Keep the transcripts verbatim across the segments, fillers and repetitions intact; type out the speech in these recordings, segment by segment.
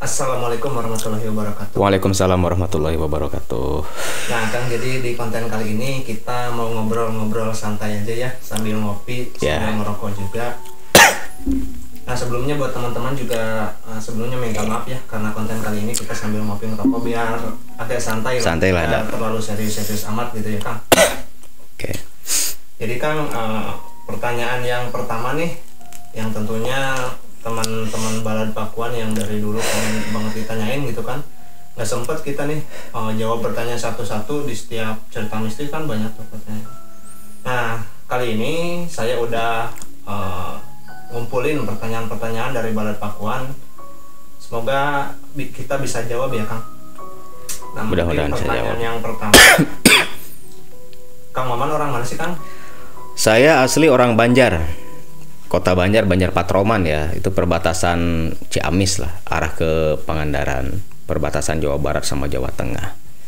Assalamualaikum warahmatullahi wabarakatuh. Waalaikumsalam warahmatullahi wabarakatuh. Nah, Kang, jadi di konten kali ini kita mau ngobrol-ngobrol santai aja ya, sambil ngopi, Ya. sambil ngerokok juga. Nah, sebelumnya buat teman-teman juga uh, sebelumnya minta maaf ya, karena konten kali ini kita sambil ngopi ngerokok biar agak santai, Santai lah, tidak ada. terlalu serius-serius amat gitu ya, Kang. Oke. Jadi Kang, uh, pertanyaan yang pertama nih, yang tentunya teman-teman Balad Pakuan yang dari dulu pengen banget ditanyain gitu kan, nggak sempet kita nih uh, jawab pertanyaan satu-satu di setiap cerita misteri kan banyak tuh pertanyaan. Nah, kali ini saya udah uh, ngumpulin pertanyaan-pertanyaan dari Balad Pakuan. Semoga bi- kita bisa jawab ya, Kang. Nah, mungkin Mudah-mudahan bisa pertanyaan jawab. yang pertama, Kang Maman orang mana sih, Kang? Saya asli orang Banjar. Kota Banjar, Banjar Patroman ya. Itu perbatasan Ciamis lah, arah ke Pangandaran, perbatasan Jawa Barat sama Jawa Tengah.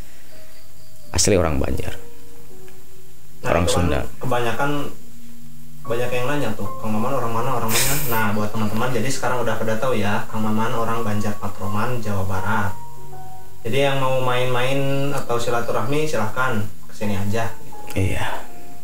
Asli orang Banjar. Nah, Orang itu kan Sunda. kebanyakan banyak yang nanya tuh, Kang Maman orang mana, orang mana. Nah, buat teman-teman, jadi sekarang udah pada tahu ya, Kang Maman orang Banjar Patroman, Jawa Barat. Jadi yang mau main-main atau silaturahmi silahkan kesini aja. Iya.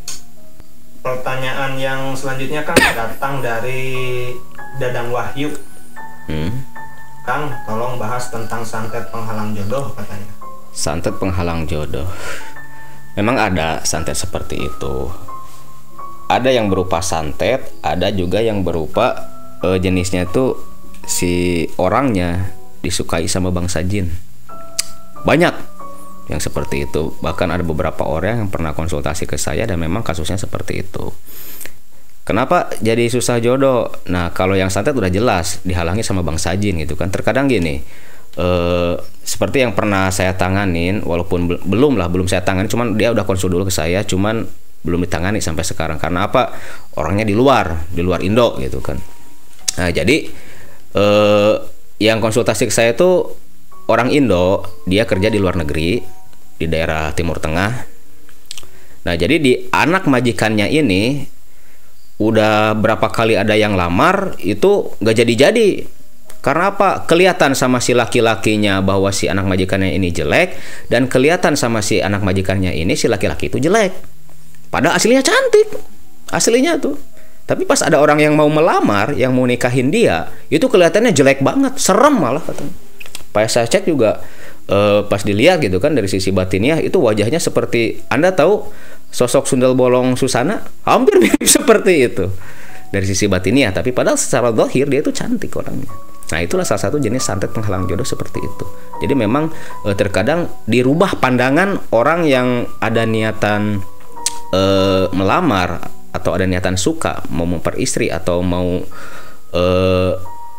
Pertanyaan yang selanjutnya, Kang, datang dari Dadang Wahyu. Hmm. Kang, tolong bahas tentang santet penghalang jodoh katanya. Santet penghalang jodoh. Memang ada santet seperti itu. Ada yang berupa santet, ada juga yang berupa eh, jenisnya itu si orangnya disukai sama bangsa jin. Banyak yang seperti itu. Bahkan ada beberapa orang yang pernah konsultasi ke saya dan memang kasusnya seperti itu. Kenapa jadi susah jodoh? Nah, kalau yang santet udah jelas dihalangi sama bangsa jin gitu kan. Terkadang gini, eh, seperti yang pernah saya tanganin, walaupun bel- belum lah, belum saya tangani, cuman dia udah konsul dulu ke saya, cuman belum ditangani sampai sekarang. Karena apa? Orangnya di luar, di luar Indo gitu kan. Nah, jadi eh, yang konsultasi ke saya itu orang Indo, dia kerja di luar negeri, di daerah Timur Tengah. Nah, jadi di anak majikannya ini udah berapa kali ada yang lamar, itu nggak jadi-jadi. Karena apa? Kelihatan sama si laki-lakinya bahwa si anak majikannya ini jelek, dan kelihatan sama si anak majikannya ini si laki-laki itu jelek. Padahal aslinya cantik, aslinya tuh. Tapi pas ada orang yang mau melamar, yang mau nikahin dia, itu kelihatannya jelek banget, serem malah katanya. Pas saya cek juga eh, pas dilihat gitu kan dari sisi batinnya, itu wajahnya seperti, Anda tahu sosok Sundel Bolong Susana, hampir mirip seperti itu dari sisi batinnya. Tapi padahal secara zahir dia itu cantik orangnya. Nah, itulah salah satu jenis santet penghalang jodoh seperti itu. Jadi memang eh, terkadang dirubah pandangan orang yang ada niatan eh, melamar atau ada niatan suka mau memperistri atau mau eh,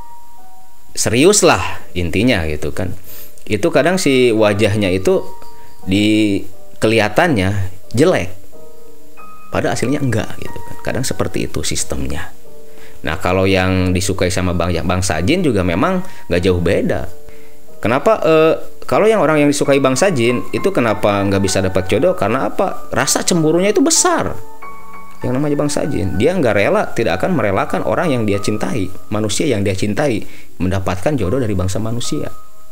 serius lah intinya gitu kan. Itu kadang si wajahnya itu di kelihatannya jelek, padahal aslinya enggak gitu kan. Kadang seperti itu sistemnya. Nah, kalau yang disukai sama bang bangsa jin juga memang nggak jauh beda. Kenapa eh, kalau yang orang yang disukai bangsa jin itu kenapa nggak bisa dapat jodoh? Karena apa? Rasa cemburunya itu besar. Yang namanya bangsa jin, dia nggak rela, tidak akan merelakan orang yang dia cintai, manusia yang dia cintai, mendapatkan jodoh dari bangsa manusia.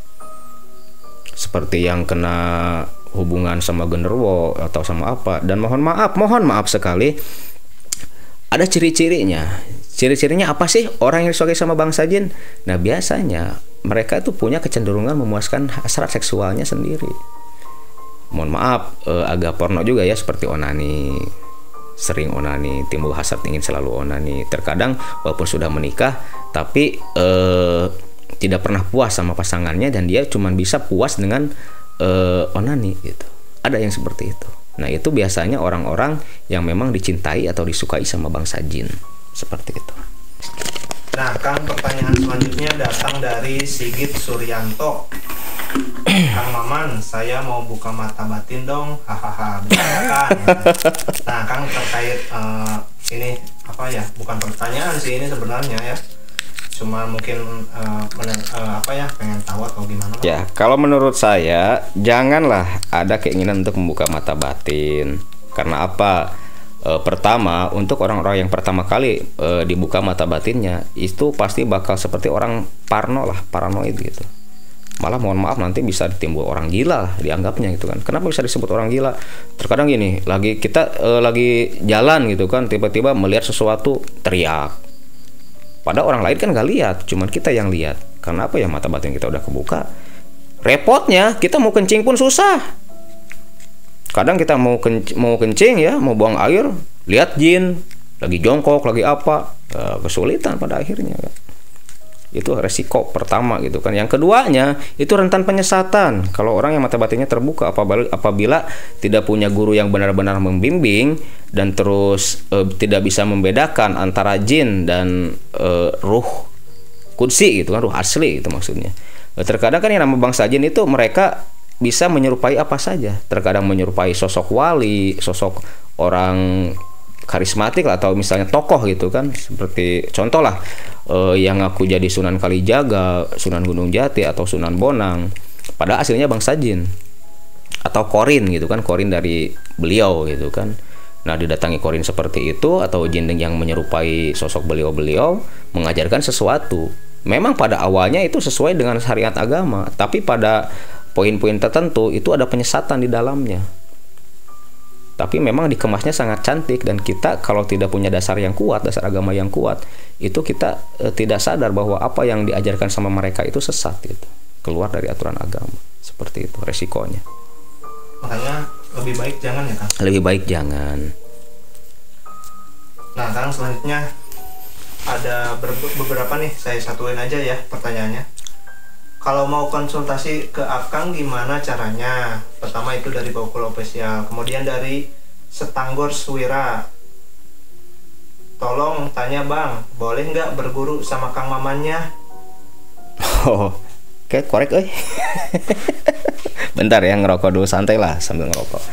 Seperti yang kena hubungan sama genderuwo atau sama apa. Dan mohon maaf, mohon maaf sekali, ada ciri-cirinya. Ciri-cirinya apa sih orang yang disukai sama bangsa jin? Nah, biasanya mereka itu punya kecenderungan memuaskan hasrat seksualnya sendiri. Mohon maaf, eh, agak porno juga ya, seperti onani. Sering onani, timbul hasrat ingin selalu onani. Terkadang walaupun sudah menikah, tapi eh, tidak pernah puas sama pasangannya, dan dia cuma bisa puas dengan eh, onani gitu. Ada yang seperti itu. Nah, itu biasanya orang-orang yang memang dicintai atau disukai sama bangsa jin. Seperti itu. Nah, Kang, pertanyaan selanjutnya datang dari Sigit Suryanto. Kang Maman, saya mau buka mata batin dong, hahaha, kan? Nah, Kang, terkait uh, ini apa ya? Bukan pertanyaan sih ini sebenarnya ya. Cuma mungkin uh, mener- uh, apa ya? Pengen tahu atau gimana? Ya, kalau menurut saya janganlah ada keinginan untuk membuka mata batin. Karena apa? E, pertama, untuk orang-orang yang pertama kali e, dibuka mata batinnya, itu pasti bakal seperti orang parno lah, paranoid gitu. Malah mohon maaf nanti bisa ditimbul orang gila lah dianggapnya gitu kan. Kenapa bisa disebut orang gila? Terkadang gini, lagi kita e, lagi jalan gitu kan, tiba-tiba melihat sesuatu teriak. Padahal orang lain kan nggak lihat, cuman kita yang lihat. Karena apa ya, mata batin kita udah kebuka. Repotnya kita mau kencing pun susah. Kadang kita mau kencing, mau kencing ya, mau buang air, lihat jin lagi jongkok, lagi apa, e, kesulitan pada akhirnya kan. Itu resiko pertama gitu kan. Yang keduanya itu rentan penyesatan. Kalau orang yang mata batinnya terbuka apabila, apabila tidak punya guru yang benar-benar membimbing dan terus e, tidak bisa membedakan antara jin dan e, ruh kudsi gitu kan, ruh asli itu maksudnya. E, terkadang kan yang nama bangsa jin itu mereka bisa menyerupai apa saja. Terkadang menyerupai sosok wali, sosok orang karismatik lah, atau misalnya tokoh gitu kan, seperti contoh lah eh, yang aku jadi Sunan Kalijaga, Sunan Gunung Jati atau Sunan Bonang, pada aslinya bangsa jin, atau korin gitu kan, korin dari beliau gitu kan. Nah didatangi korin seperti itu atau jin yang menyerupai sosok beliau-beliau mengajarkan sesuatu. Memang pada awalnya itu sesuai dengan syariat agama, tapi pada poin-poin tertentu itu ada penyesatan di dalamnya. Tapi memang dikemasnya sangat cantik, dan kita kalau tidak punya dasar yang kuat, dasar agama yang kuat, itu kita e, tidak sadar bahwa apa yang diajarkan sama mereka itu sesat gitu, keluar dari aturan agama. Seperti itu resikonya. Makanya lebih baik jangan ya Kang. Lebih baik jangan. Nah Kang, selanjutnya ada beberapa nih, saya satuin aja ya pertanyaannya. Kalau mau konsultasi ke Akang gimana caranya? Pertama itu dari Bokul Official, kemudian dari Setanggor Suwira. Tolong tanya Bang, boleh nggak berguru sama Kang Mamannya? Oh, oke, korek euy. Bentar ya, ngerokok dulu, santai lah sambil ngerokok.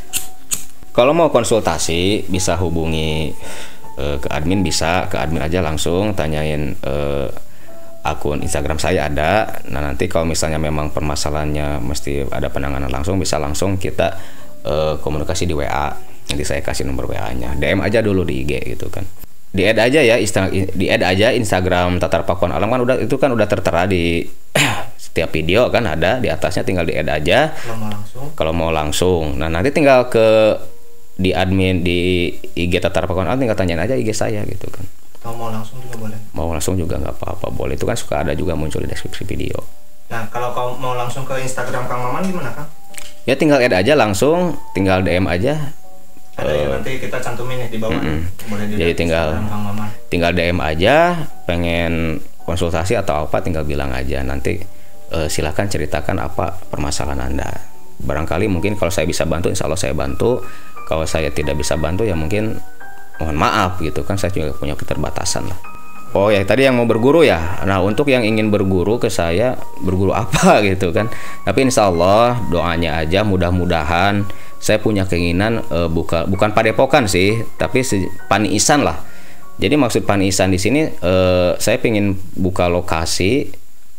Kalau mau konsultasi bisa hubungi uh, ke admin, bisa ke admin aja langsung tanyain uh, akun Instagram saya ada. Nah nanti kalau misalnya memang permasalahannya mesti ada penanganan langsung, bisa langsung kita uh, komunikasi di W A. Nanti saya kasih nomor W A-nya. D M aja dulu di I G gitu kan. Di add aja ya, di add aja Instagram Tatar Pakuan Alam kan udah, itu kan udah tertera di setiap video kan ada di atasnya, tinggal di add aja. Kalau mau langsung. Kalau mau langsung. Nah nanti tinggal ke di admin di I G Tatar Pakuan Alam, tinggal tanyain aja I G saya gitu kan. Kalau mau langsung juga boleh. Mau langsung juga nggak apa-apa, boleh. Itu kan suka ada juga muncul di deskripsi video. Nah kalau kau mau langsung ke Instagram Kang Maman gimana Kang? Ya tinggal add aja langsung, tinggal D M aja. Ada uh, ya, nanti kita cantumin ya di bawah. Mm-mm. Boleh di Jadi tinggal Kang Maman. Tinggal D M aja, pengen konsultasi atau apa tinggal bilang aja. Nanti uh, silahkan ceritakan apa permasalahan Anda. Barangkali mungkin kalau saya bisa bantu, insya Allah saya bantu. Kalau saya tidak bisa bantu ya mungkin mohon maaf gitu kan, saya juga punya keterbatasan lah. Oh ya tadi yang mau berguru ya. Nah untuk yang ingin berguru ke saya, berguru apa gitu kan. Tapi insya Allah doanya aja, mudah-mudahan saya punya keinginan e, buka, bukan padepokan sih, tapi paniisan lah. Jadi maksud paniisan di sini e, saya ingin buka lokasi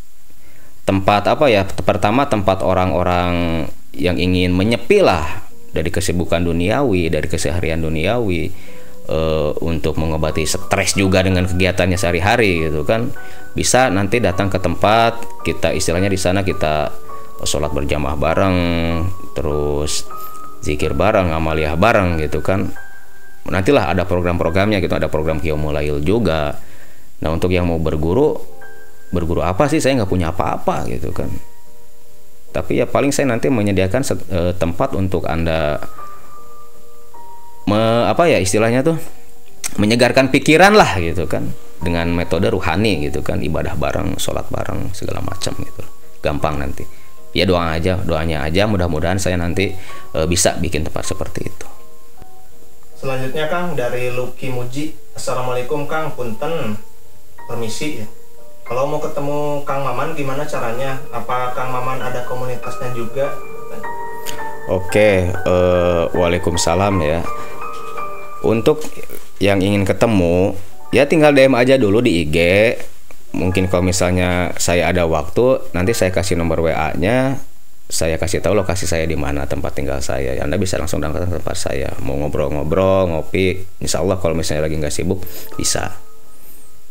tempat apa ya, pertama tempat orang-orang yang ingin menyepi lah dari kesibukan duniawi, dari keseharian duniawi. Uh, untuk mengobati stres juga dengan kegiatannya sehari-hari gitu kan, bisa nanti datang ke tempat kita, istilahnya di sana kita sholat berjamaah bareng, terus zikir bareng, amaliyah bareng gitu kan. Nantilah ada program-programnya gitu, ada program Qiyamul Lail juga. Nah untuk yang mau berguru, berguru apa sih, saya nggak punya apa-apa gitu kan. Tapi ya paling saya nanti menyediakan uh, tempat untuk Anda Me, apa ya istilahnya tuh, menyegarkan pikiran lah gitu kan, dengan metode ruhani gitu kan, ibadah bareng, sholat bareng, segala macam gitu. Gampang nanti. Ya doa aja, doanya aja, mudah-mudahan saya nanti e, bisa bikin tempat seperti itu. Selanjutnya Kang dari Lucky Muji. Assalamualaikum Kang, punten, permisi ya. Kalau mau ketemu Kang Maman gimana caranya? Apa Kang Maman ada komunitasnya juga? Oke, uh, waalaikumsalam ya. Untuk yang ingin ketemu, ya tinggal D M aja dulu di I G. Mungkin kalau misalnya saya ada waktu, nanti saya kasih nomor W A-nya, saya kasih tahu lokasi saya di mana, tempat tinggal saya. Anda bisa langsung datang ke tempat saya. Mau ngobrol-ngobrol, ngopi, insya Allah kalau misalnya lagi nggak sibuk, bisa.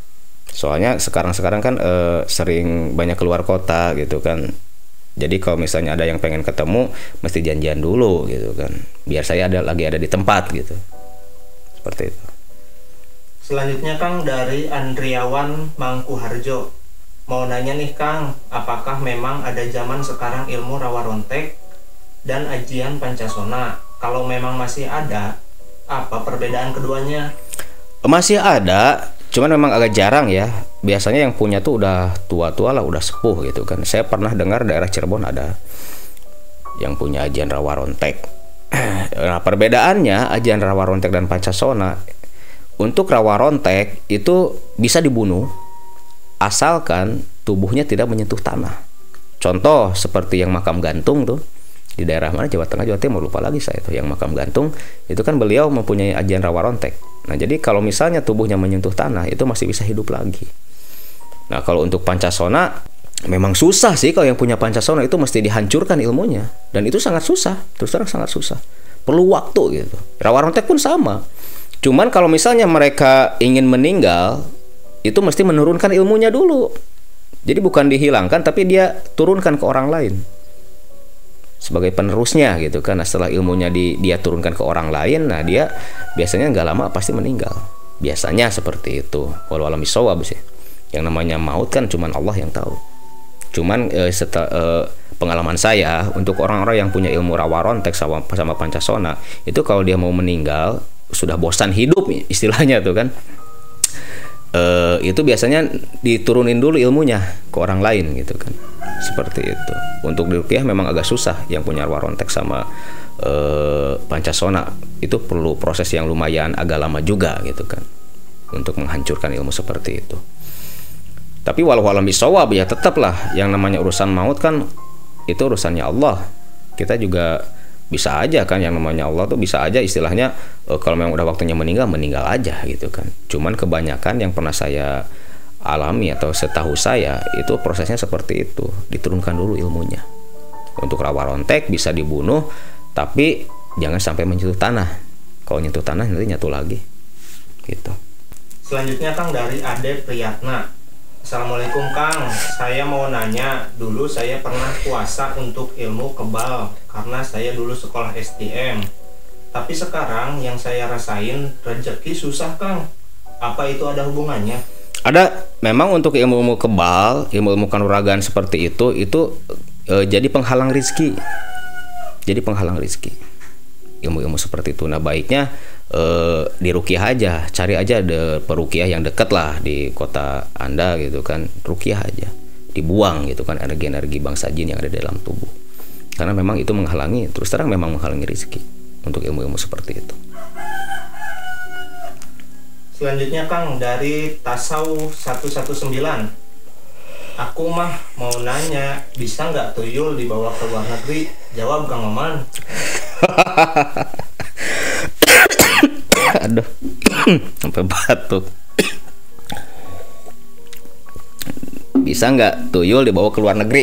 Soalnya sekarang-sekarang kan eh, sering banyak keluar kota gitu kan. Jadi kalau misalnya ada yang pengen ketemu, mesti janjian dulu gitu kan. Biar saya ada lagi ada di tempat gitu. Seperti itu. Selanjutnya Kang dari Andriawan Mangkuharjo. Mau nanya nih Kang, apakah memang ada zaman sekarang ilmu rawa rontek dan ajian pancasona? Kalau memang masih ada, apa perbedaan keduanya? Masih ada, cuman memang agak jarang ya. Biasanya yang punya tuh udah tua-tua lah, udah sepuh gitu kan. Saya pernah dengar daerah Cirebon ada yang punya ajian rawa rontek. Nah, perbedaannya ajian rawa rontek dan pancasona, untuk rawa rontek itu bisa dibunuh asalkan tubuhnya tidak menyentuh tanah. Contoh seperti yang makam gantung tuh di daerah mana, Jawa Tengah, Jawa Timur, lupa lagi saya tuh, yang makam gantung itu kan beliau mempunyai ajian rawa rontek. Nah, jadi kalau misalnya tubuhnya menyentuh tanah itu masih bisa hidup lagi. Nah, kalau untuk pancasona memang susah sih. Kalau yang punya pancasona itu mesti dihancurkan ilmunya, dan itu sangat susah, terus terang sangat susah, perlu waktu gitu. Rawa rontek pun sama, cuman kalau misalnya mereka ingin meninggal itu mesti menurunkan ilmunya dulu. Jadi bukan dihilangkan, tapi dia turunkan ke orang lain sebagai penerusnya gitu kan. Nah, setelah ilmunya di, dia turunkan ke orang lain, nah dia biasanya nggak lama pasti meninggal. Biasanya seperti itu. Walau alam bisawab sih. Yang namanya maut kan cuman Allah yang tahu. Cuman eh, setelah eh, pengalaman saya untuk orang-orang yang punya ilmu rawa rontek sama, sama pancasona itu, kalau dia mau meninggal sudah bosan hidup istilahnya tuh kan, Uh, itu biasanya diturunin dulu ilmunya ke orang lain gitu kan, seperti itu. Untuk diruqyah memang agak susah. Yang punya rawa rontek sama uh, pancasona itu perlu proses yang lumayan agak lama juga gitu kan, untuk menghancurkan ilmu seperti itu. Tapi walau alam bisawab ya, tetaplah yang namanya urusan maut kan itu urusannya Allah. Kita juga bisa aja kan, yang namanya Allah tuh bisa aja istilahnya e, kalau memang udah waktunya meninggal, meninggal aja gitu kan. Cuman kebanyakan yang pernah saya alami atau setahu saya itu prosesnya seperti itu, diturunkan dulu ilmunya. Untuk rawa rontek bisa dibunuh, tapi jangan sampai menyentuh tanah. Kalau nyentuh tanah nanti nyatu lagi gitu. Selanjutnya Kang dari Ade Priyatna. Assalamualaikum Kang, saya mau nanya, dulu saya pernah puasa untuk ilmu kebal karena saya dulu sekolah S T M. Tapi sekarang yang saya rasain rezeki susah Kang. Apa itu ada hubungannya? Ada, memang untuk ilmu-ilmu kebal, ilmu-ilmu kanuragan seperti itu, itu e, jadi penghalang rizki. Jadi penghalang rizki. Ilmu-ilmu seperti itu. Nah, baiknya eh, di ruqyah aja, cari aja ada peruqyah yang dekat lah di kota Anda gitu kan, ruqyah aja, dibuang gitu kan energi-energi bangsa jin yang ada di dalam tubuh, karena memang itu menghalangi, terus terang memang menghalangi rezeki untuk ilmu-ilmu seperti itu. Selanjutnya Kang dari Tasau seratus sembilan belas. Aku mah mau nanya, bisa nggak tuyul dibawa ke luar negeri? Jawab Kang Maman. Aduh, sampai batuk. Bisa nggak tuyul dibawa ke luar negeri?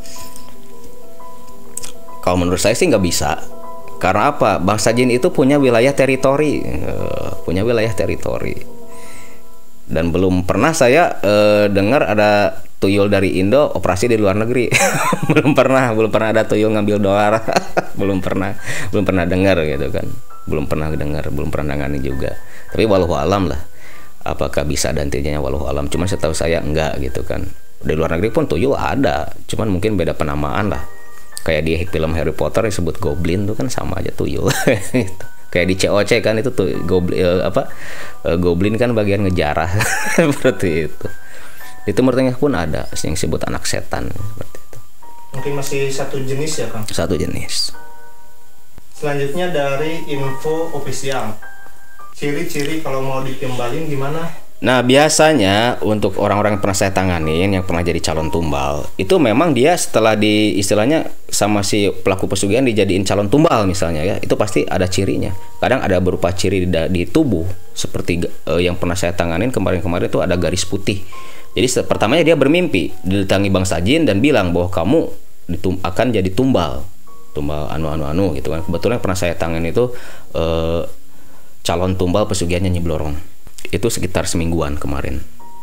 Kalau menurut saya sih nggak bisa. Karena apa? Bangsa jin itu punya wilayah teritori, punya wilayah teritori. Dan belum pernah saya eh, dengar ada tuyul dari Indo operasi di luar negeri. belum pernah, belum pernah ada tuyul ngambil dolar. belum pernah, belum pernah dengar gitu kan. Belum pernah dengar, belum pernah nangani juga. Tapi walau alam lah. Apakah bisa dan tidaknya walau alam. Cuman setahu saya enggak gitu kan. Di luar negeri pun tuyul ada, cuman mungkin beda penamaan lah. Kayak di film Harry Potter disebut goblin tuh kan sama aja tuyul. gitu. Kayak di C O C kan itu tuh goblin apa goblin kan bagian ngejarah seperti itu. Di Timur Tengah pun ada yang disebut anak setan seperti itu. Mungkin masih satu jenis ya Kang? Satu jenis. Selanjutnya dari info official. Ciri-ciri kalau mau ditimbalin gimana? Nah, biasanya untuk orang-orang yang pernah saya tanganin, yang pernah jadi calon tumbal, itu memang dia setelah di istilahnya sama si pelaku pesugihan dijadiin calon tumbal misalnya ya, itu pasti ada cirinya. Kadang ada berupa ciri di, di tubuh, seperti eh, yang pernah saya tanganin kemarin-kemarin itu ada garis putih. Jadi pertamanya dia bermimpi didatangi bangsa jin dan bilang bahwa kamu ditum akan jadi tumbal, tumbal anu-anu-anu gitu kan. Kebetulan pernah saya tanganin itu eh, calon tumbal pesugihannya Nyi Blorong. Itu sekitar semingguan kemarin.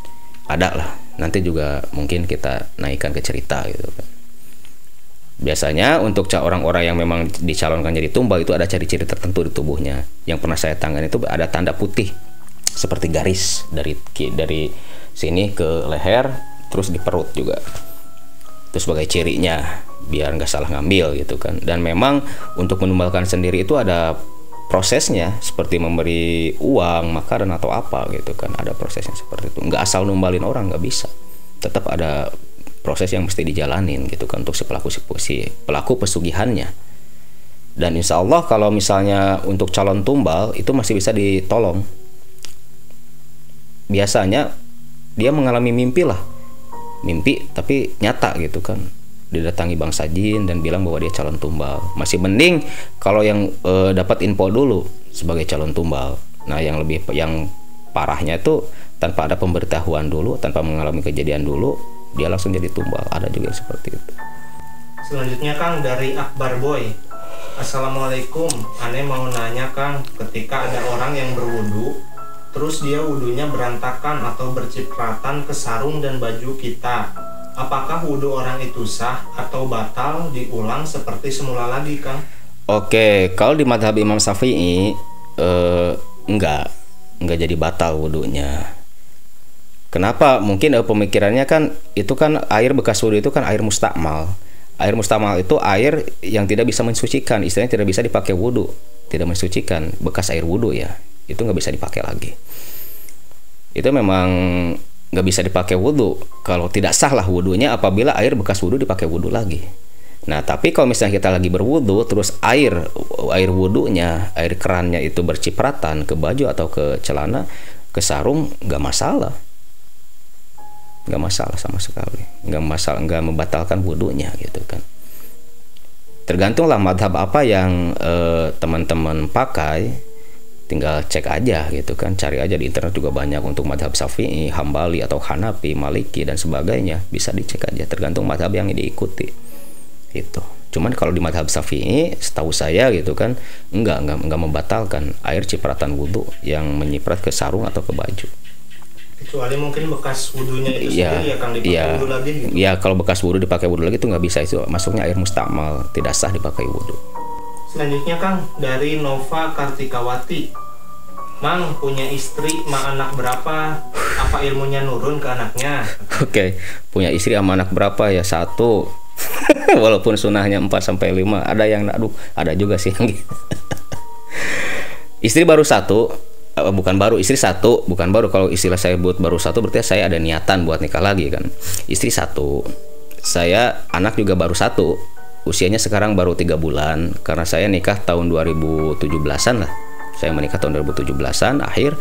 ada lah. Nanti juga mungkin kita naikkan ke cerita gitu kan. Biasanya untuk orang-orang yang memang dicalonkan jadi tumbal itu ada ciri-ciri tertentu di tubuhnya. Yang pernah saya tangani itu ada tanda putih seperti garis dari dari sini ke leher, terus di perut juga. Itu sebagai cirinya biar nggak salah ngambil gitu kan. Dan memang untuk menumbalkan sendiri itu ada prosesnya, seperti memberi uang, makanan atau apa gitu kan. Ada prosesnya seperti itu. Nggak asal numbalin orang, nggak bisa. Tetap ada proses yang mesti dijalanin gitu kan untuk si pelaku si pelaku pesugihannya. Dan insya Allah kalau misalnya untuk calon tumbal itu masih bisa ditolong. Biasanya dia mengalami mimpi lah, mimpi tapi nyata gitu kan. Didatangi bangsa jin dan bilang bahwa dia calon tumbal. Masih mending kalau yang e, dapat info dulu sebagai calon tumbal. Nah yang lebih yang parahnya itu tanpa ada pemberitahuan dulu, tanpa mengalami kejadian dulu, dia langsung jadi tumbal. Ada juga yang seperti itu. Selanjutnya Kang dari Akbar Boy. Assalamualaikum, Ane mau nanya Kang, ketika ada orang yang berwudu, terus dia wudunya berantakan atau bercipratan ke sarung dan baju kita, apakah wudu orang itu sah atau batal diulang seperti semula lagi Kang? Oke, kalau di mazhab Imam Syafi'i eh, enggak, enggak jadi batal wudunya. Kenapa? Mungkin eh, pemikirannya kan itu kan air bekas wudu itu kan air mustakmal. Air mustakmal itu air yang tidak bisa mensucikan, istilahnya tidak bisa dipakai wudu, tidak mensucikan, bekas air wudu ya, itu nggak bisa dipakai lagi. Itu memang nggak bisa dipakai wudu. Kalau tidak sah lah wudunya apabila air bekas wudu dipakai wudu lagi. Nah tapi kalau misalnya kita lagi berwudu terus air air wudunya, air kerannya itu bercipratan ke baju atau ke celana, ke sarung, nggak masalah. Nggak masalah sama sekali, nggak masalah, nggak membatalkan wudunya gitu kan. Tergantunglah madhab apa yang eh, teman-teman pakai, tinggal cek aja gitu kan, cari aja di internet juga banyak untuk madhab Syafi'i, Hambali atau Hanafi, Maliki dan sebagainya, bisa dicek aja, tergantung madhab yang diikuti itu. Cuman kalau di madhab Syafi'i, setahu saya gitu kan, enggak enggak enggak membatalkan air cipratan wudu yang menyiprat ke sarung atau ke baju. Kecuali mungkin bekas wudunya itu ya, sendiri ya Kang dipakai ya, wudu lagi gitu. Ya kalau bekas wudu dipakai wudu lagi itu nggak bisa, itu masuknya air mustakmal, tidak sah dipakai wudu. Selanjutnya Kang dari Nova Kartikawati. Mang punya istri, ma anak berapa? Apa ilmunya nurun ke anaknya? Oke, okay. Punya istri sama anak berapa ya? Satu. Walaupun sunahnya empat sampai lima, ada yang aduh, ada juga sih yang gitu. Istri baru satu. Bukan baru, istri satu, bukan baru. Kalau istilah saya buat baru satu berarti saya ada niatan buat nikah lagi kan. Istri satu, saya anak juga baru satu, usianya sekarang baru tiga bulan karena saya nikah tahun dua ribu tujuh belasan lah. Saya menikah tahun dua ribu tujuh belasan akhir,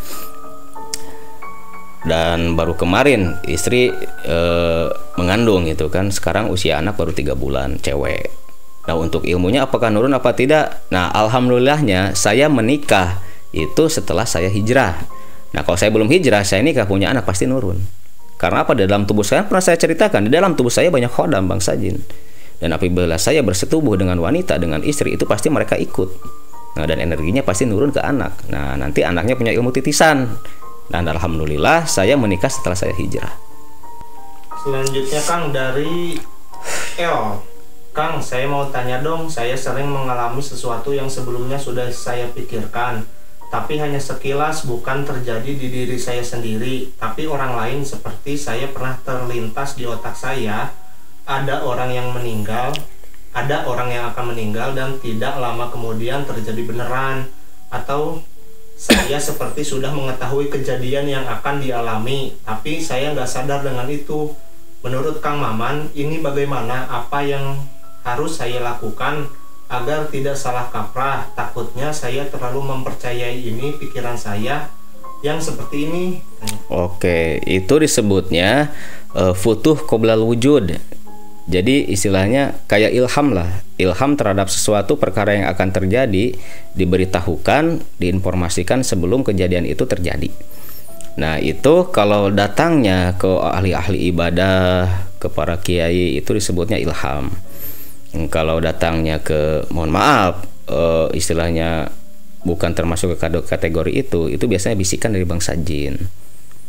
dan baru kemarin istri eh, mengandung gitu kan. Sekarang usia anak baru tiga bulan, cewek. Nah untuk ilmunya apakah nurun apa tidak? Nah alhamdulillahnya saya menikah itu setelah saya hijrah. Nah kalau saya belum hijrah, saya nikah punya anak pasti nurun. Karena apa? Di dalam tubuh saya, pernah saya ceritakan, di dalam tubuh saya banyak khodam bangsa jin. Dan apabila saya bersetubuh dengan wanita, dengan istri, itu pasti mereka ikut. Nah dan energinya pasti nurun ke anak. Nah nanti anaknya punya ilmu titisan. Dan alhamdulillah saya menikah setelah saya hijrah. Selanjutnya Kang dari L. Kang, saya mau tanya dong, saya sering mengalami sesuatu yang sebelumnya sudah saya pikirkan, tapi hanya sekilas, bukan terjadi di diri saya sendiri, tapi orang lain. Seperti saya pernah terlintas di otak saya, ada orang yang meninggal, ada orang yang akan meninggal dan tidak lama kemudian terjadi beneran. Atau saya seperti sudah mengetahui kejadian yang akan dialami, tapi saya nggak sadar dengan itu. Menurut Kang Maman, ini bagaimana? Apa yang harus saya lakukan agar tidak salah kaprah? Takutnya saya terlalu mempercayai ini pikiran saya yang seperti ini. Oke, itu disebutnya uh, futuh qoblal wujud. Jadi istilahnya kayak ilham lah, ilham terhadap sesuatu perkara yang akan terjadi, diberitahukan, diinformasikan sebelum kejadian itu terjadi. Nah itu kalau datangnya ke ahli-ahli ibadah, ke para kiai, itu disebutnya ilham. Kalau datangnya ke, mohon maaf, uh, istilahnya bukan termasuk ke kategori itu, itu biasanya bisikan dari bangsa jin.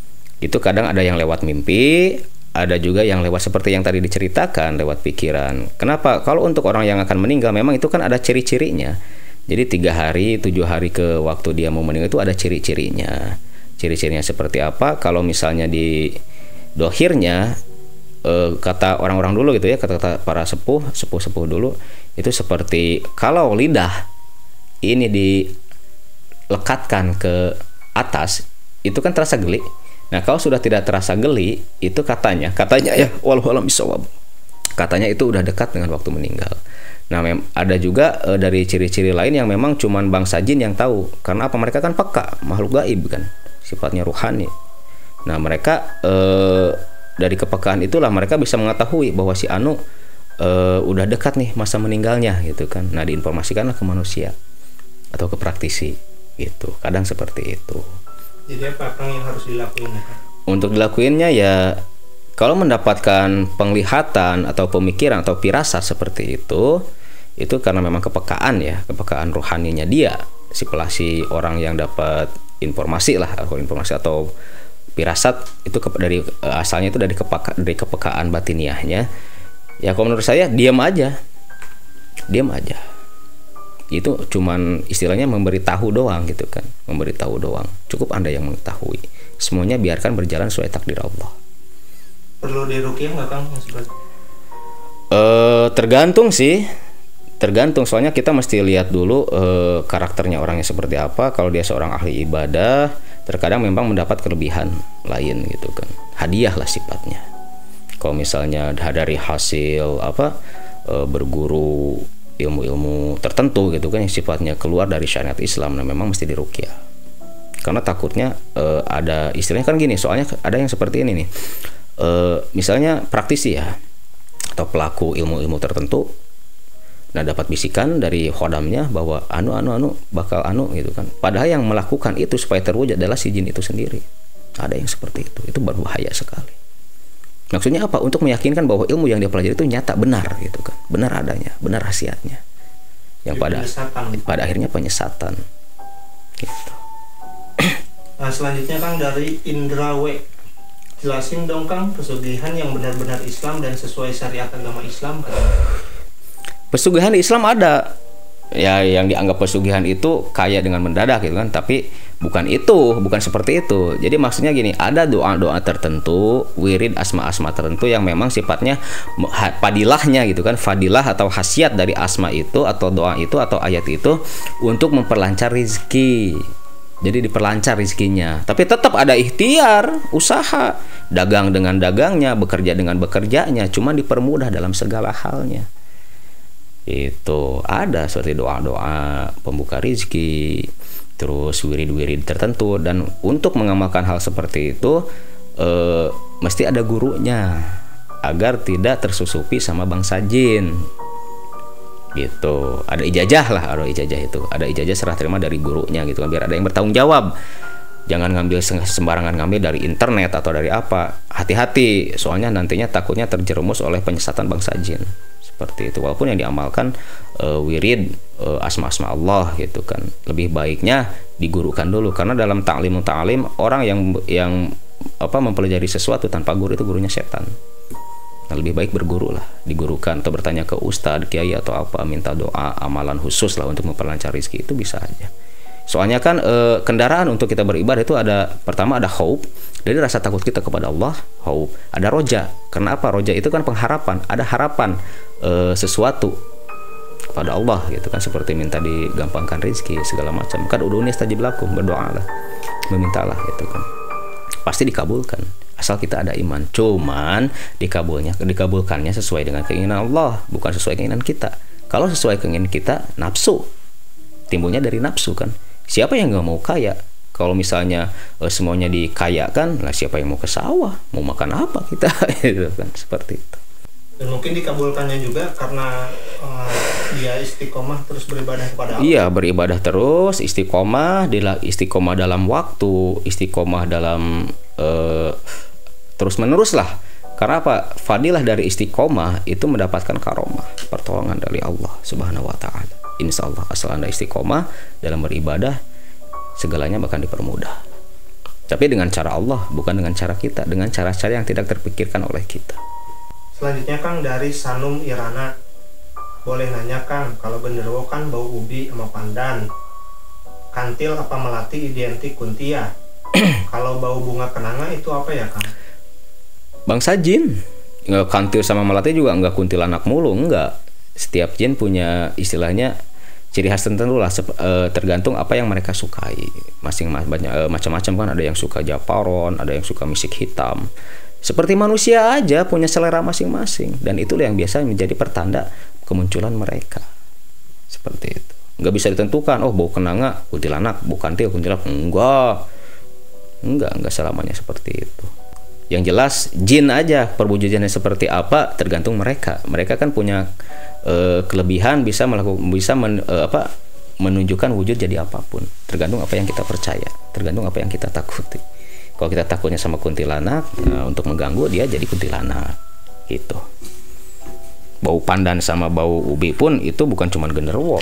Itu kadang ada yang lewat mimpi, ada juga yang lewat seperti yang tadi diceritakan, lewat pikiran. Kenapa? Kalau untuk orang yang akan meninggal, memang itu kan ada ciri-cirinya. Jadi tiga hari, tujuh hari ke waktu dia mau meninggal itu ada ciri-cirinya. Ciri-cirinya seperti apa? Kalau misalnya di dohirnya, eh, kata orang-orang dulu gitu ya, kata-kata para sepuh, sepuh-sepuh dulu, itu seperti kalau lidah ini dilekatkan ke atas, itu kan terasa geli. Nah, kalau sudah tidak terasa geli, itu katanya, katanya ya, wallahu a'lam bishawab. Katanya itu udah dekat dengan waktu meninggal. Nah, mem- ada juga e, dari ciri-ciri lain yang memang cuman bangsa jin yang tahu. Karena apa? Mereka kan peka, makhluk gaib kan, sifatnya ruhani. Nah, mereka e, dari kepekaan itulah mereka bisa mengetahui bahwa si Anu e, udah dekat nih masa meninggalnya gitu kan. Nah, diinformasikanlah ke manusia atau ke praktisi gitu. Kadang seperti itu. Jadi apa yang harus dilakuin ya kan? Untuk dilakuinnya ya, kalau mendapatkan penglihatan atau pemikiran atau firasat seperti itu, itu karena memang kepekaan ya, kepekaan rohaninya dia, si pelasi orang yang dapat informasi lah, atau informasi atau firasat itu ke, dari asalnya itu dari kepeka, dari kepekaan batiniahnya. Ya kalau menurut saya diam aja, diam aja. Itu cuman istilahnya memberitahu doang gitu kan, memberitahu doang. Cukup Anda yang mengetahui. Semuanya biarkan berjalan sesuai takdir Allah. Perlu diruqyah nggak Kang? Eh, tergantung sih, tergantung. Soalnya kita mesti lihat dulu eh, karakternya orangnya seperti apa. Kalau dia seorang ahli ibadah, terkadang memang mendapat kelebihan lain gitu kan. Hadiah lah sifatnya. Kalau misalnya dari hasil apa eh, berguru ilmu-ilmu tertentu gitu kan yang sifatnya keluar dari syariat Islam, nah memang mesti diruqyah. Karena takutnya uh, ada istilahnya kan gini, soalnya ada yang seperti ini nih. Uh, misalnya praktisi ya atau pelaku ilmu-ilmu tertentu, nah dapat bisikan dari khodamnya bahwa anu anu anu bakal anu gitu kan. Padahal yang melakukan itu supaya terwujud adalah si jin itu sendiri. Ada yang seperti itu. Itu berbahaya sekali. Maksudnya apa? Untuk meyakinkan bahwa ilmu yang dia pelajari itu nyata, benar gitu kan, benar adanya, benar khasiatnya. Yang pada pada akhirnya penyesatan. Gitu. Nah selanjutnya Kang dari Indra W. Jelasin dong Kang pesugihan yang benar-benar Islam dan sesuai syariat agama Islam. Pesugihan Islam ada. Ya yang dianggap pesugihan itu kaya dengan mendadak gitu kan, tapi bukan itu, bukan seperti itu. Jadi maksudnya gini, ada doa-doa tertentu, wirid asma-asma tertentu yang memang sifatnya fadilahnya gitu kan, fadilah atau khasiat dari asma itu atau doa itu atau ayat itu untuk memperlancar rizki. Jadi diperlancar rizkinya, tapi tetap ada ikhtiar, usaha, dagang dengan dagangnya, bekerja dengan bekerjanya, cuma dipermudah dalam segala halnya. Itu ada seperti doa-doa pembuka rizki, terus wirid-wirid tertentu. Dan untuk mengamalkan hal seperti itu eh, mesti ada gurunya agar tidak tersusupi sama bangsa jin gitu. Ada ijazah lah, ada ijazah itu, ada ijazah serah terima dari gurunya gitu kan, biar ada yang bertanggung jawab. Jangan ngambil sembarangan, ngambil dari internet atau dari apa. Hati-hati, soalnya nantinya takutnya terjerumus oleh penyesatan bangsa jin. Seperti itu. Walaupun yang diamalkan uh, wirid uh, asma-asma Allah gitu kan, lebih baiknya digurukan dulu, karena dalam ta'lim ta'lim orang yang yang apa mempelajari sesuatu tanpa guru itu gurunya setan. Nah, lebih baik berguru lah, digurukan atau bertanya ke ustadz, kiai atau apa, minta doa, amalan khusus lah untuk memperlancar rezeki, itu bisa aja. Soalnya kan e, kendaraan untuk kita beribadah itu ada, pertama ada khauf, dari rasa takut kita kepada Allah, khauf. Ada roja, karena apa? Roja itu kan pengharapan, ada harapan e, sesuatu kepada Allah gitu kan, seperti minta digampangkan rezeki segala macam. Kan udhuni astajib lakum, berdoalah, memintalah gitu kan, pasti dikabulkan asal kita ada iman. Cuman dikabulnya dikabulkannya sesuai dengan keinginan Allah, bukan sesuai keinginan kita. Kalau sesuai keinginan kita, nafsu, timbulnya dari nafsu kan. Siapa yang nggak mau kaya? Kalau misalnya eh, semuanya dikayakan, lah siapa yang mau ke sawah? Mau makan apa kita? Gitu kan, seperti itu. Dan mungkin dikabulkannya juga karena uh, dia istiqomah terus beribadah kepada Allah. Iya, beribadah terus, istiqomah, istiqomah dalam waktu, istiqomah dalam uh, terus menerus lah. Karena apa? Fadilah dari istiqomah itu mendapatkan karomah, pertolongan dari Allah Subhanahu wa taala. Insya Allah asal Anda istiqomah dalam beribadah, segalanya bahkan dipermudah. Tapi dengan cara Allah, bukan dengan cara kita, dengan cara-cara yang tidak terpikirkan oleh kita. Selanjutnya Kang dari Sanum Irana. Boleh nanya Kang, kalau genderuwo kan bau ubi sama pandan. Kantil apa melati identik kuntia. Kalau bau bunga kenanga itu apa ya Kang? Bangsa jin. Nggak, kantil sama melati juga nggak kuntilanak mulu, enggak. Setiap jin punya istilahnya ciri khas tertentu lah, tergantung apa yang mereka sukai. Masing banyak macam-macam kan, ada yang suka japaron, ada yang suka misik hitam. Seperti manusia aja punya selera masing-masing, dan itulah yang biasa menjadi pertanda kemunculan mereka. Seperti itu. Nggak bisa ditentukan, oh bau kenanga kuntilanak, bau kantil kuntilanak. Enggak. Enggak, enggak selamanya seperti itu. Yang jelas jin aja perwujudannya seperti apa tergantung mereka. Mereka kan punya uh, kelebihan bisa melakukan bisa men, uh, apa menunjukkan wujud jadi apapun. Tergantung apa yang kita percaya, tergantung apa yang kita takuti. Kalau kita takutnya sama kuntilanak, uh, untuk mengganggu dia jadi kuntilanak gitu. Bau pandan sama bau ubi pun itu bukan cuma genderuwo.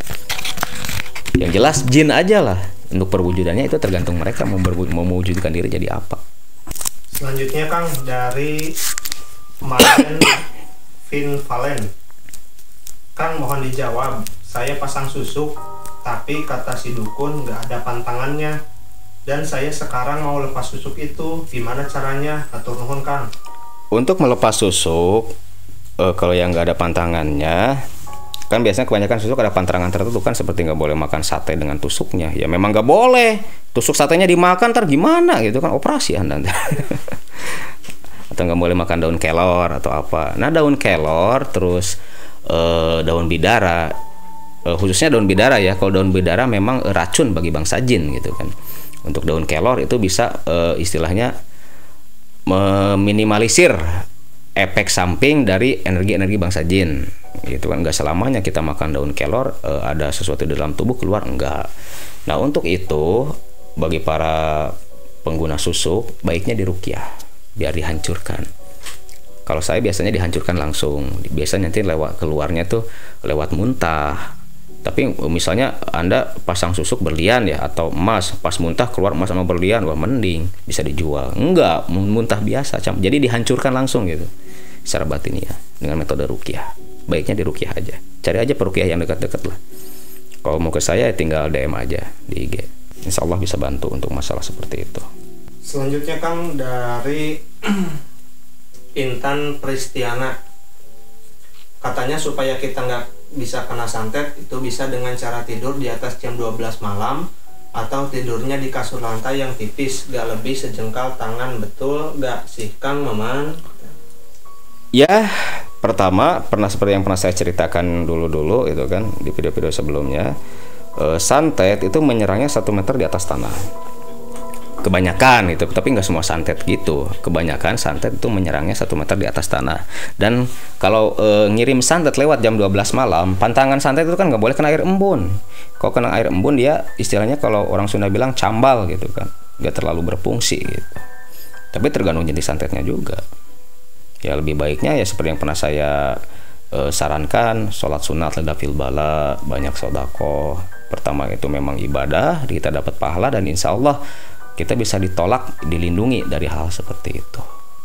Yang jelas jin aja lah. Untuk perwujudannya itu tergantung mereka mau, mau mewujudkan diri jadi apa. Selanjutnya Kang dari Marlen Vin Valen. Kang mohon dijawab, saya pasang susuk tapi kata si dukun nggak ada pantangannya dan saya sekarang mau lepas susuk itu, gimana caranya? Atur nuhun Kang. Untuk melepas susuk, eh, kalau yang nggak ada pantangannya, kan biasanya kebanyakan susuk ada pantangan tertentu kan, seperti nggak boleh makan sate dengan tusuknya. Ya memang nggak boleh. Tusuk satenya dimakan ntar gimana gitu kan, operasi Anda. Atau nggak boleh makan daun kelor atau apa. Nah daun kelor terus eh, daun bidara, eh, khususnya daun bidara ya. Kalau daun bidara memang racun bagi bangsa jin gitu kan. Untuk daun kelor itu bisa eh, istilahnya meminimalisir efek samping dari energi-energi bangsa jin. Gitu kan, nggak selamanya kita makan daun kelor eh, ada sesuatu di dalam tubuh keluar, enggak. Nah untuk itu bagi para pengguna susuk baiknya diruqyah biar dihancurkan. Kalau saya biasanya dihancurkan langsung, biasanya nanti lewat keluarnya tuh lewat muntah. Tapi misalnya Anda pasang susuk berlian ya atau emas, pas muntah keluar emas sama berlian, wah mending bisa dijual. Enggak, muntah biasa, jadi dihancurkan langsung gitu secara batiniah dengan metode ruqyah. Baiknya diruqyah aja, cari aja peruqyah yang dekat-dekat lah. Kalau mau ke saya tinggal D M aja di I G, insya Allah bisa bantu untuk masalah seperti itu. Selanjutnya Kang dari Intan Pristiana. Katanya supaya kita nggak bisa kena santet itu bisa dengan cara tidur di atas jam dua belas malam atau tidurnya di kasur lantai yang tipis, gak lebih sejengkal tangan. Betul gak sih Kang Maman? Ya, pertama pernah seperti yang pernah saya ceritakan dulu-dulu itu kan di video-video sebelumnya, e, santet itu menyerangnya satu meter di atas tanah. Kebanyakan itu, tapi nggak semua santet gitu. Kebanyakan santet itu menyerangnya satu meter di atas tanah. Dan kalau e, ngirim santet lewat jam dua belas malam, pantangan santet itu kan nggak boleh kena air embun. Kalau kena air embun dia istilahnya kalau orang Sunda bilang cambal gitu kan, nggak terlalu berfungsi gitu. Tapi tergantung jenis santetnya juga. Ya lebih baiknya ya seperti yang pernah saya e, sarankan, sholat sunat leda fil bala, banyak sodako. Pertama itu memang ibadah, kita dapat pahala dan insya Allah kita bisa ditolak, dilindungi dari hal seperti itu.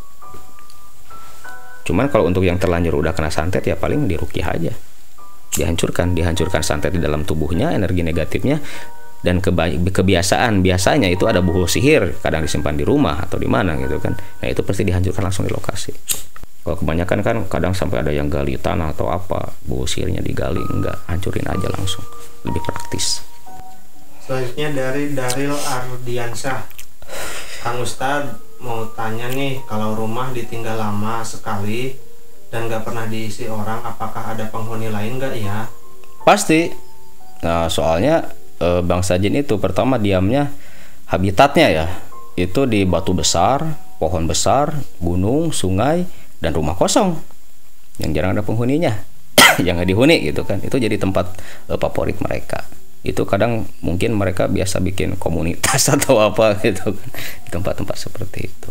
Cuman kalau untuk yang terlanjur udah kena santet ya paling diruqyah aja, dihancurkan, dihancurkan santet di dalam tubuhnya, energi negatifnya. Dan kebiasaan biasanya itu ada buhul sihir, kadang disimpan di rumah atau di mana gitu kan. Nah itu pasti dihancurkan langsung di lokasi. Kalau kebanyakan kan kadang sampai ada yang gali tanah atau apa, buhul sihirnya digali, enggak, hancurin aja langsung, lebih praktis. Selanjutnya dari Daril Ardiansyah. Kang Ustadz mau tanya nih, kalau rumah ditinggal lama sekali dan nggak pernah diisi orang, apakah ada penghuni lain nggak ya? Pasti. Nah soalnya bangsa jin itu pertama diamnya habitatnya ya itu di batu besar, pohon besar, gunung, sungai, dan rumah kosong yang jarang ada penghuninya yang nggak dihuni gitu kan. Itu jadi tempat uh, favorit mereka. Itu kadang mungkin mereka biasa bikin komunitas atau apa gitu kan, tempat-tempat seperti itu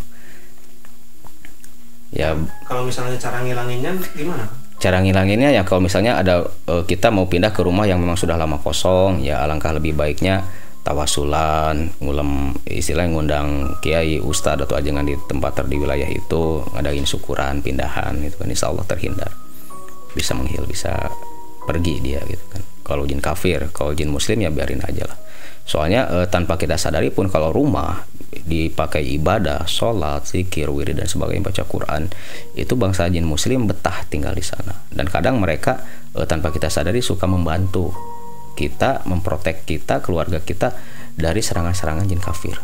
ya. Kalau misalnya cara ngilanginnya gimana? Cara ngilanginnya ya kalau misalnya ada uh, kita mau pindah ke rumah yang memang sudah lama kosong, ya alangkah lebih baiknya tawasulan, ngulem istilahnya ngundang kiai, ustadz atau ajengan di tempat ter di wilayah itu, ngadain syukuran, pindahan itu kan, insya Allah terhindar, bisa menghil, bisa pergi dia gitu kan. Kalau jin kafir, kalau jin muslim ya biarin aja lah. Soalnya eh, tanpa kita sadari pun kalau rumah dipakai ibadah, sholat, zikir, wirid dan sebagainya, baca Quran, itu bangsa jin muslim betah tinggal di sana. Dan kadang mereka eh, tanpa kita sadari suka membantu kita, memprotek kita, keluarga kita dari serangan-serangan jin kafir.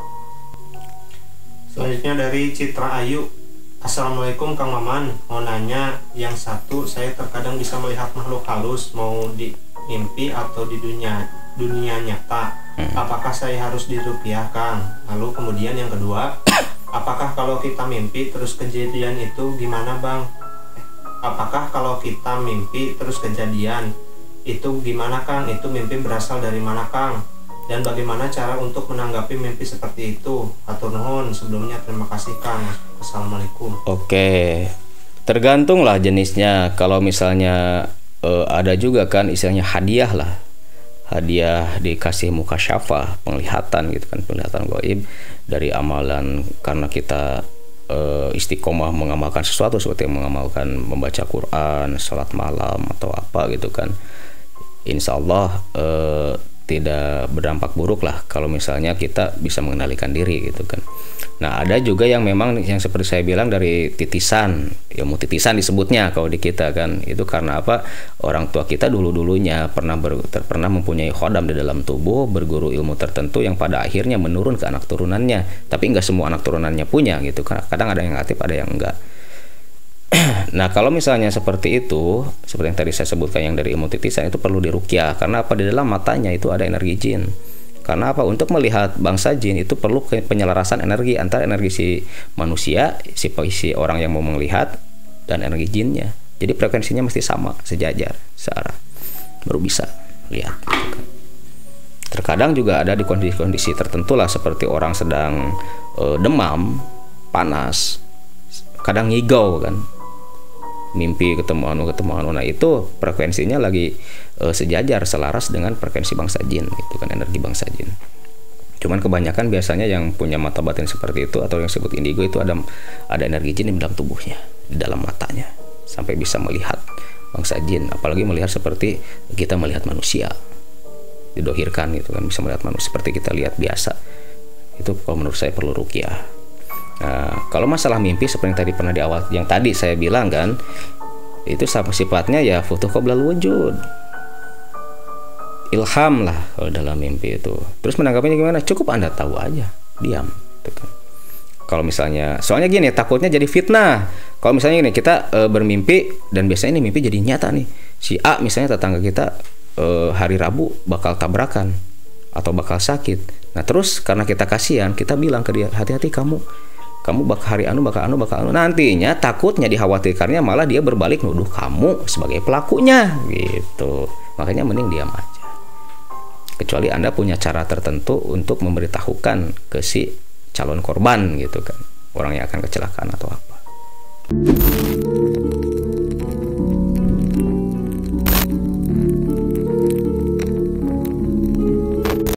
Selanjutnya dari Citra Ayu. Assalamualaikum Kang Maman, mau nanya, yang satu, saya terkadang bisa melihat makhluk halus mau di mimpi atau di dunia dunia nyata. Hmm. Apakah saya harus diruqyah, Kang? Lalu kemudian yang kedua, apakah kalau kita mimpi terus kejadian itu gimana, Bang? Apakah kalau kita mimpi terus kejadian itu gimana, Kang? Itu mimpi berasal dari mana, Kang? Dan bagaimana cara untuk menanggapi mimpi seperti itu? Atur nuhun. Sebelumnya terima kasih, Kang. Assalamualaikum. Oke, tergantung lah jenisnya. Kalau misalnya eh, ada juga kan istilahnya hadiah lah, hadiah dikasih mukasyafah, penglihatan gitu kan, penglihatan gaib dari amalan, karena kita eh, istiqomah mengamalkan sesuatu seperti mengamalkan membaca Quran, sholat malam atau apa gitu kan. Insya Allah eh, tidak berdampak buruk lah kalau misalnya kita bisa mengendalikan diri gitu kan. Nah ada juga yang memang yang seperti saya bilang dari titisan, ilmu titisan disebutnya kalau di kita kan, itu karena apa, orang tua kita dulu dulunya pernah ber, ter, pernah mempunyai khodam di dalam tubuh, berguru ilmu tertentu yang pada akhirnya menurun ke anak turunannya, tapi nggak semua anak turunannya punya gitu, kadang ada yang aktif ada yang enggak. Nah kalau misalnya seperti itu, seperti yang tadi saya sebutkan yang dari ilmu titisan, itu perlu diruqyah karena apa, di dalam matanya itu ada energi jin. Karena apa, untuk melihat bangsa jin itu perlu penyelarasan energi antara energi si manusia, si, si orang yang mau melihat, dan energi jinnya. Jadi frekuensinya mesti sama, sejajar, searah, baru bisa lihat. Terkadang juga ada di kondisi-kondisi tertentu lah, seperti orang sedang e, demam, panas, kadang ngigau kan, mimpi ketemu anu ketemu anu, nah itu frekuensinya lagi e, sejajar, selaras dengan frekuensi bangsa jin gitu kan, energi bangsa jin. Cuman kebanyakan biasanya yang punya mata batin seperti itu atau yang disebut indigo itu ada ada energi jin di dalam tubuhnya, di dalam matanya, sampai bisa melihat bangsa jin, apalagi melihat seperti kita melihat manusia, didohirkan gitu kan, bisa melihat manusia seperti kita lihat biasa. Itu kalau menurut saya perlu ruqyah. Nah, kalau masalah mimpi seperti yang tadi pernah di awal yang tadi saya bilang kan, itu sifatnya ya futuh qoblal wujud, ilham lah kalau dalam mimpi itu. Terus menanggapinya gimana? Cukup Anda tahu aja, diam gitu kan. Kalau misalnya, soalnya gini, takutnya jadi fitnah. Kalau misalnya gini, kita e, bermimpi dan biasanya ini mimpi jadi nyata nih. Si A misalnya tetangga kita e, hari Rabu bakal tabrakan atau bakal sakit. Nah terus karena kita kasihan, kita bilang ke dia, hati-hati kamu, kamu bakal hari anu bakal anu bakal anu. Nantinya takutnya dikhawatirkannya malah dia berbalik nuduh kamu sebagai pelakunya gitu. Makanya mending diam aja. Kecuali Anda punya cara tertentu untuk memberitahukan ke si calon korban gitu kan, orang yang akan kecelakaan atau apa.